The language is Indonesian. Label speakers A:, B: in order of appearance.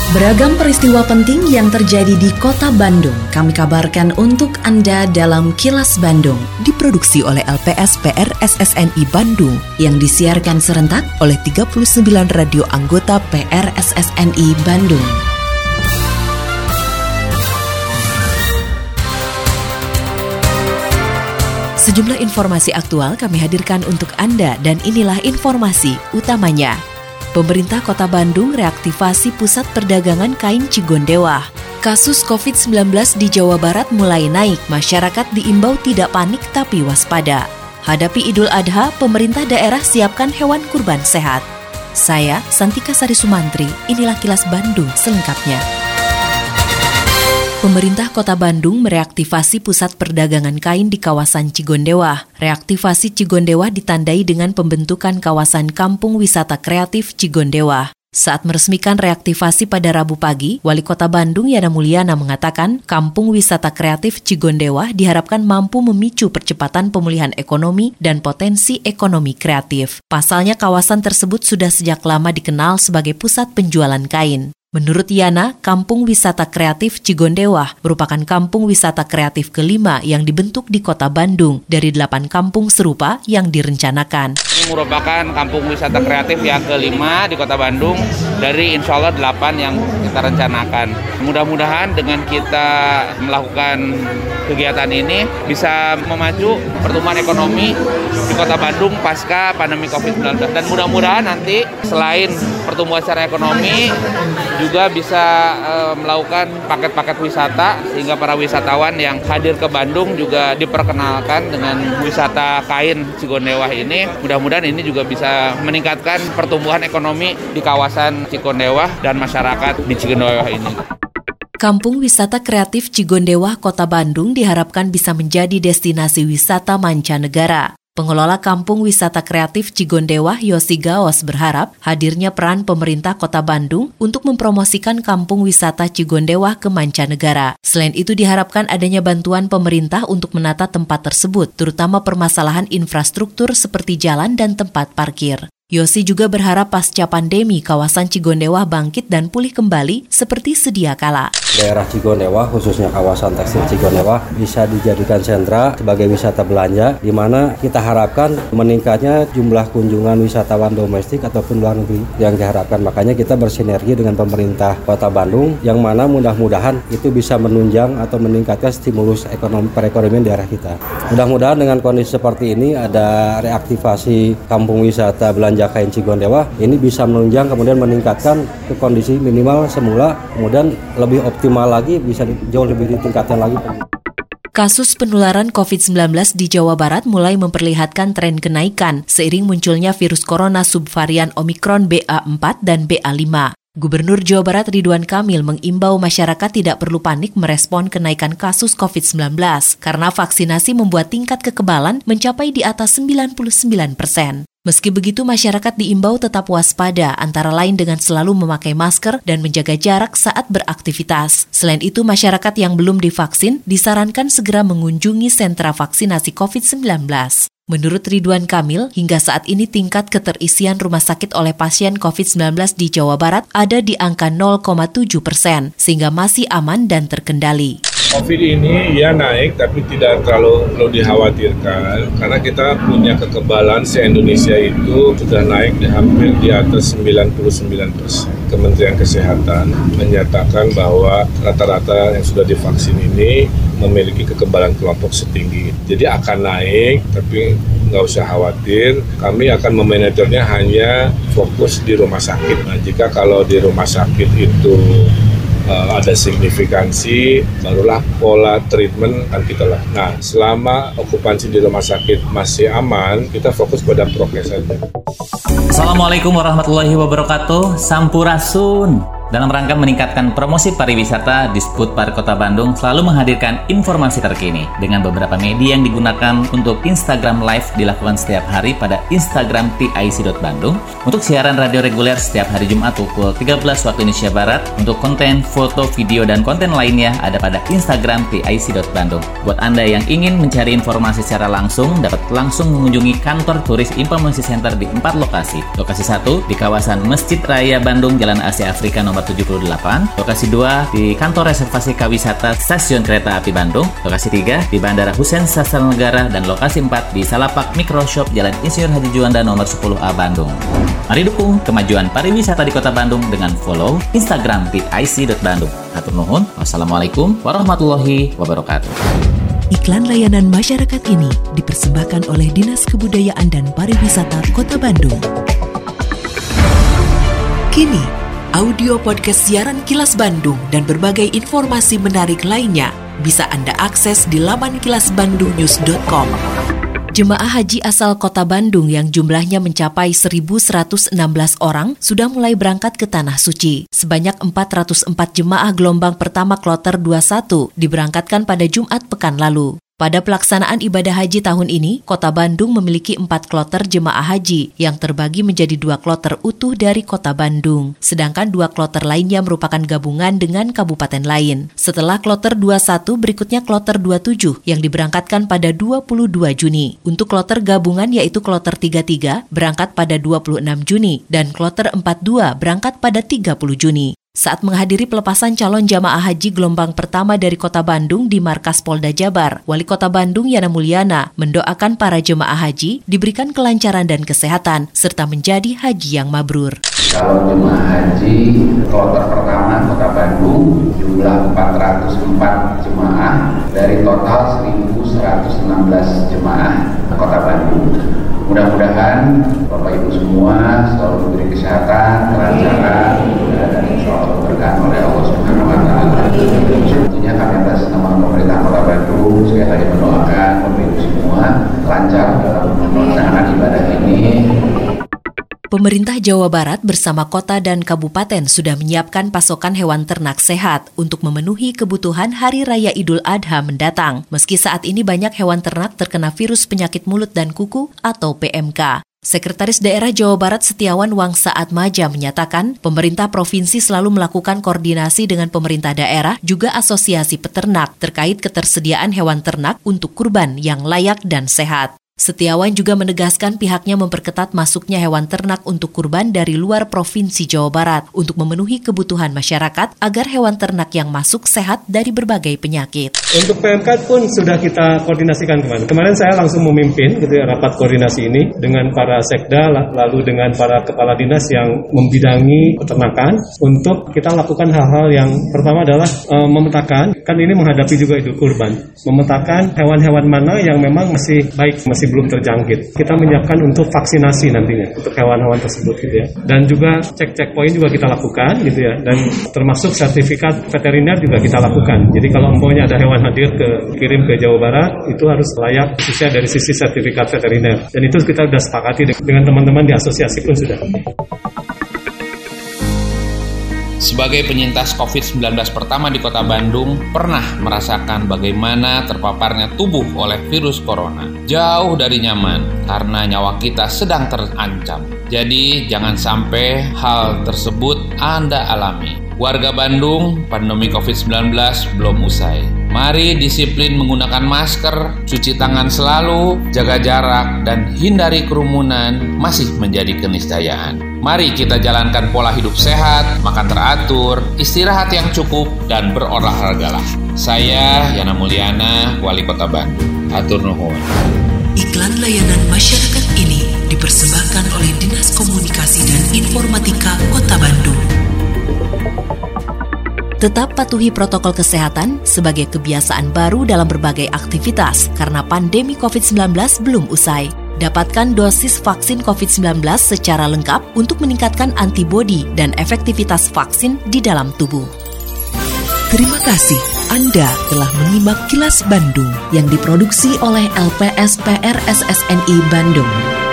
A: Beragam peristiwa penting yang terjadi di Kota Bandung kami kabarkan untuk Anda dalam Kilas Bandung.
B: Diproduksi oleh LPSPR SSNI Bandung yang disiarkan serentak oleh 39 radio anggota PRSSNI Bandung. Sejumlah informasi aktual kami hadirkan untuk Anda dan inilah informasi utamanya. Pemerintah Kota Bandung reaktivasi pusat perdagangan kain Cigondewa. Kasus COVID-19 di Jawa Barat mulai naik, masyarakat diimbau tidak panik tapi waspada. Hadapi Idul Adha, pemerintah daerah siapkan hewan kurban sehat. Saya, Santika Sari Sumantri, inilah Kilas Bandung selengkapnya. Pemerintah Kota Bandung mereaktivasi pusat perdagangan kain di kawasan Cigondewa. Reaktivasi Cigondewa ditandai dengan pembentukan kawasan Kampung Wisata Kreatif Cigondewa. Saat meresmikan reaktivasi pada Rabu pagi, Wali Kota Bandung Yana Mulyana mengatakan Kampung Wisata Kreatif Cigondewa diharapkan mampu memicu percepatan pemulihan ekonomi dan potensi ekonomi kreatif. Pasalnya kawasan tersebut sudah sejak lama dikenal sebagai pusat penjualan kain. Menurut Yana, Kampung Wisata Kreatif Cigondewa merupakan kampung wisata kreatif kelima yang dibentuk di Kota Bandung dari 8 kampung serupa yang direncanakan.
C: Ini merupakan kampung wisata kreatif yang kelima di Kota Bandung dari insya Allah 8 yang kita rencanakan. Mudah-mudahan dengan kita melakukan kegiatan ini bisa memacu pertumbuhan ekonomi di Kota Bandung pasca pandemi COVID-19. Dan mudah-mudahan nanti selain pertumbuhan secara ekonomi, juga bisa melakukan paket-paket wisata sehingga para wisatawan yang hadir ke Bandung juga diperkenalkan dengan wisata kain Cigondewa ini. Mudah-mudahan ini juga bisa meningkatkan pertumbuhan ekonomi di kawasan Cigondewa dan masyarakat di Cigondewa ini.
B: Kampung Wisata Kreatif Cigondewa Kota Bandung diharapkan bisa menjadi destinasi wisata mancanegara. Pengelola Kampung Wisata Kreatif Cigondewa Yosi Gaos berharap hadirnya peran pemerintah Kota Bandung untuk mempromosikan Kampung Wisata Cigondewa ke mancanegara. Selain itu diharapkan adanya bantuan pemerintah untuk menata tempat tersebut, terutama permasalahan infrastruktur seperti jalan dan tempat parkir. Yosi juga berharap pasca pandemi kawasan Cigondewa bangkit dan pulih kembali seperti sedia kala.
D: Daerah Cigondewa, khususnya kawasan tekstil Cigondewa, bisa dijadikan sentra sebagai wisata belanja, di mana kita harapkan meningkatnya jumlah kunjungan wisatawan domestik ataupun luar negeri yang diharapkan. Makanya kita bersinergi dengan pemerintah Kota Bandung, yang mana mudah-mudahan itu bisa menunjang atau meningkatkan stimulus ekonomi perekonomian daerah kita. Mudah-mudahan dengan kondisi seperti ini ada reaktivasi kampung wisata belanja kain Cigondewa, ini bisa menunjang kemudian meningkatkan ke kondisi minimal semula, kemudian lebih optimal lagi, bisa jauh lebih ditingkatkan lagi.
B: Kasus penularan COVID-19 di Jawa Barat mulai memperlihatkan tren kenaikan seiring munculnya virus corona subvarian Omikron BA4 dan BA5. Gubernur Jawa Barat Ridwan Kamil mengimbau masyarakat tidak perlu panik merespon kenaikan kasus COVID-19 karena vaksinasi membuat tingkat kekebalan mencapai di atas 99%. Meski begitu, masyarakat diimbau tetap waspada, antara lain dengan selalu memakai masker dan menjaga jarak saat beraktivitas. Selain itu, masyarakat yang belum divaksin disarankan segera mengunjungi sentra vaksinasi COVID-19. Menurut Ridwan Kamil, hingga saat ini tingkat keterisian rumah sakit oleh pasien COVID-19 di Jawa Barat ada di angka 0,7%, sehingga masih aman dan terkendali.
E: COVID ini ya naik, tapi tidak terlalu perlu dikhawatirkan karena kita punya kekebalan se-Indonesia itu sudah naik hampir di atas 99%. Kementerian Kesehatan menyatakan bahwa rata-rata yang sudah divaksin ini memiliki kekebalan kelompok setinggi. Jadi akan naik, tapi nggak usah khawatir. Kami akan memanajernya hanya fokus di rumah sakit. Nah, jika kalau di rumah sakit itu ada signifikansi, barulah pola treatment kan kita lah. Nah, selama okupansi di rumah sakit masih aman, kita fokus pada prokes saja.
F: Assalamualaikum warahmatullahi wabarakatuh. Sampurasun. Dalam rangka meningkatkan promosi pariwisata, Disput Park Kota Bandung selalu menghadirkan informasi terkini dengan beberapa media yang digunakan untuk Instagram Live dilakukan setiap hari pada Instagram TIC.Bandung. Untuk siaran radio reguler setiap hari Jumat pukul 13 waktu Indonesia Barat. Untuk konten, foto, video, dan konten lainnya ada pada Instagram TIC.Bandung. Buat Anda yang ingin mencari informasi secara langsung, dapat langsung mengunjungi kantor Turis Informasi Center di 4 lokasi. Lokasi 1 di kawasan Masjid Raya Bandung, Jalan Asia Afrika nomor nomor 78. Lokasi 2 di Kantor Reservasi Kawisata Stasiun Kereta Api Bandung. Lokasi 3 di Bandara Husein Sastra Negara. Dan lokasi 4 di Salapak Microshop Jalan Insinyur Haji Juanda nomor 10A Bandung. Mari dukung kemajuan pariwisata di Kota Bandung dengan follow Instagram @ic.bandung. Hatur nuhun. Wassalamualaikum warahmatullahi wabarakatuh.
B: Iklan layanan masyarakat ini dipersembahkan oleh Dinas Kebudayaan dan Pariwisata Kota Bandung. Kini, audio podcast siaran Kilas Bandung dan berbagai informasi menarik lainnya bisa Anda akses di laman kilasbandungnews.com. Jemaah haji asal Kota Bandung yang jumlahnya mencapai 1.116 orang sudah mulai berangkat ke Tanah Suci. Sebanyak 404 jemaah gelombang pertama kloter 21 diberangkatkan pada Jumat pekan lalu. Pada pelaksanaan ibadah haji tahun ini, Kota Bandung memiliki 4 kloter jemaah haji yang terbagi menjadi 2 kloter utuh dari Kota Bandung. Sedangkan 2 kloter lainnya merupakan gabungan dengan kabupaten lain. Setelah kloter 21, berikutnya kloter 27 yang diberangkatkan pada 22 Juni. Untuk kloter gabungan yaitu kloter 33 berangkat pada 26 Juni dan kloter 42 berangkat pada 30 Juni. Saat menghadiri pelepasan calon jamaah haji gelombang pertama dari Kota Bandung di Markas Polda Jabar, Wali Kota Bandung Yana Mulyana mendoakan para jemaah haji diberikan kelancaran dan kesehatan serta menjadi haji yang mabrur.
G: Calon jemaah haji kloter pertama Kota Bandung jumlah 404 jemaah dari total 1.116 jemaah Kota Bandung. Mudah-mudahan Bapak Ibu semua selalu diberi kesehatan, kelancaran, dan insya Allah berkahi oleh Allah Subhanahu Wa Taala. Tentunya kami atas nama pemerintah Kota Bandung sekali lagi mendoakan Bapak Ibu semua lancar dalam melaksanakan ibadah ini.
B: Pemerintah Jawa Barat bersama kota dan kabupaten sudah menyiapkan pasokan hewan ternak sehat untuk memenuhi kebutuhan Hari Raya Idul Adha mendatang. Meski saat ini banyak hewan ternak terkena virus penyakit mulut dan kuku atau PMK. Sekretaris Daerah Jawa Barat Setiawan Wangsa Atmaja menyatakan, pemerintah provinsi selalu melakukan koordinasi dengan pemerintah daerah, juga asosiasi peternak terkait ketersediaan hewan ternak untuk kurban yang layak dan sehat. Setiawan juga menegaskan pihaknya memperketat masuknya hewan ternak untuk kurban dari luar Provinsi Jawa Barat untuk memenuhi kebutuhan masyarakat agar hewan ternak yang masuk sehat dari berbagai penyakit.
H: Untuk PMK pun sudah kita koordinasikan kemarin. Kemarin saya langsung memimpin rapat koordinasi ini dengan para sekda lalu dengan para kepala dinas yang membidangi peternakan untuk kita lakukan hal-hal yang pertama adalah memetakan, kan ini menghadapi juga Idul Kurban, memetakan hewan-hewan mana yang memang masih baik, masih belum terjangkit. Kita menyiapkan untuk vaksinasi nantinya untuk hewan-hewan tersebut gitu ya. Dan juga cek poin juga kita lakukan gitu ya. Dan termasuk sertifikat veteriner juga kita lakukan. Jadi kalau umpamanya ada hewan hadir kirim ke Jawa Barat, itu harus layak khususnya dari sisi sertifikat veteriner. Dan itu kita sudah sepakati dengan teman-teman di asosiasi pun sudah.
C: Sebagai penyintas COVID-19 pertama di Kota Bandung, pernah merasakan bagaimana terpaparnya tubuh oleh virus corona. Jauh dari nyaman, karena nyawa kita sedang terancam. Jadi, jangan sampai hal tersebut Anda alami. Warga Bandung, pandemi COVID-19 belum usai. Mari disiplin menggunakan masker, cuci tangan selalu, jaga jarak, dan hindari kerumunan masih menjadi keniscayaan. Mari kita jalankan pola hidup sehat, makan teratur, istirahat yang cukup, dan berolahragalah. Saya Yana Mulyana, Wali Kota Bandung. Hatur nuhun.
B: Iklan layanan masyarakat ini dipersembahkan oleh Dinas Komunikasi dan Informatika Kota Bandung. Tetap patuhi protokol kesehatan sebagai kebiasaan baru dalam berbagai aktivitas karena pandemi COVID-19 belum usai. Dapatkan dosis vaksin COVID-19 secara lengkap untuk meningkatkan antibodi dan efektivitas vaksin di dalam tubuh. Terima kasih Anda telah menyimak Kilas Bandung yang diproduksi oleh LPSPR SSNI Bandung.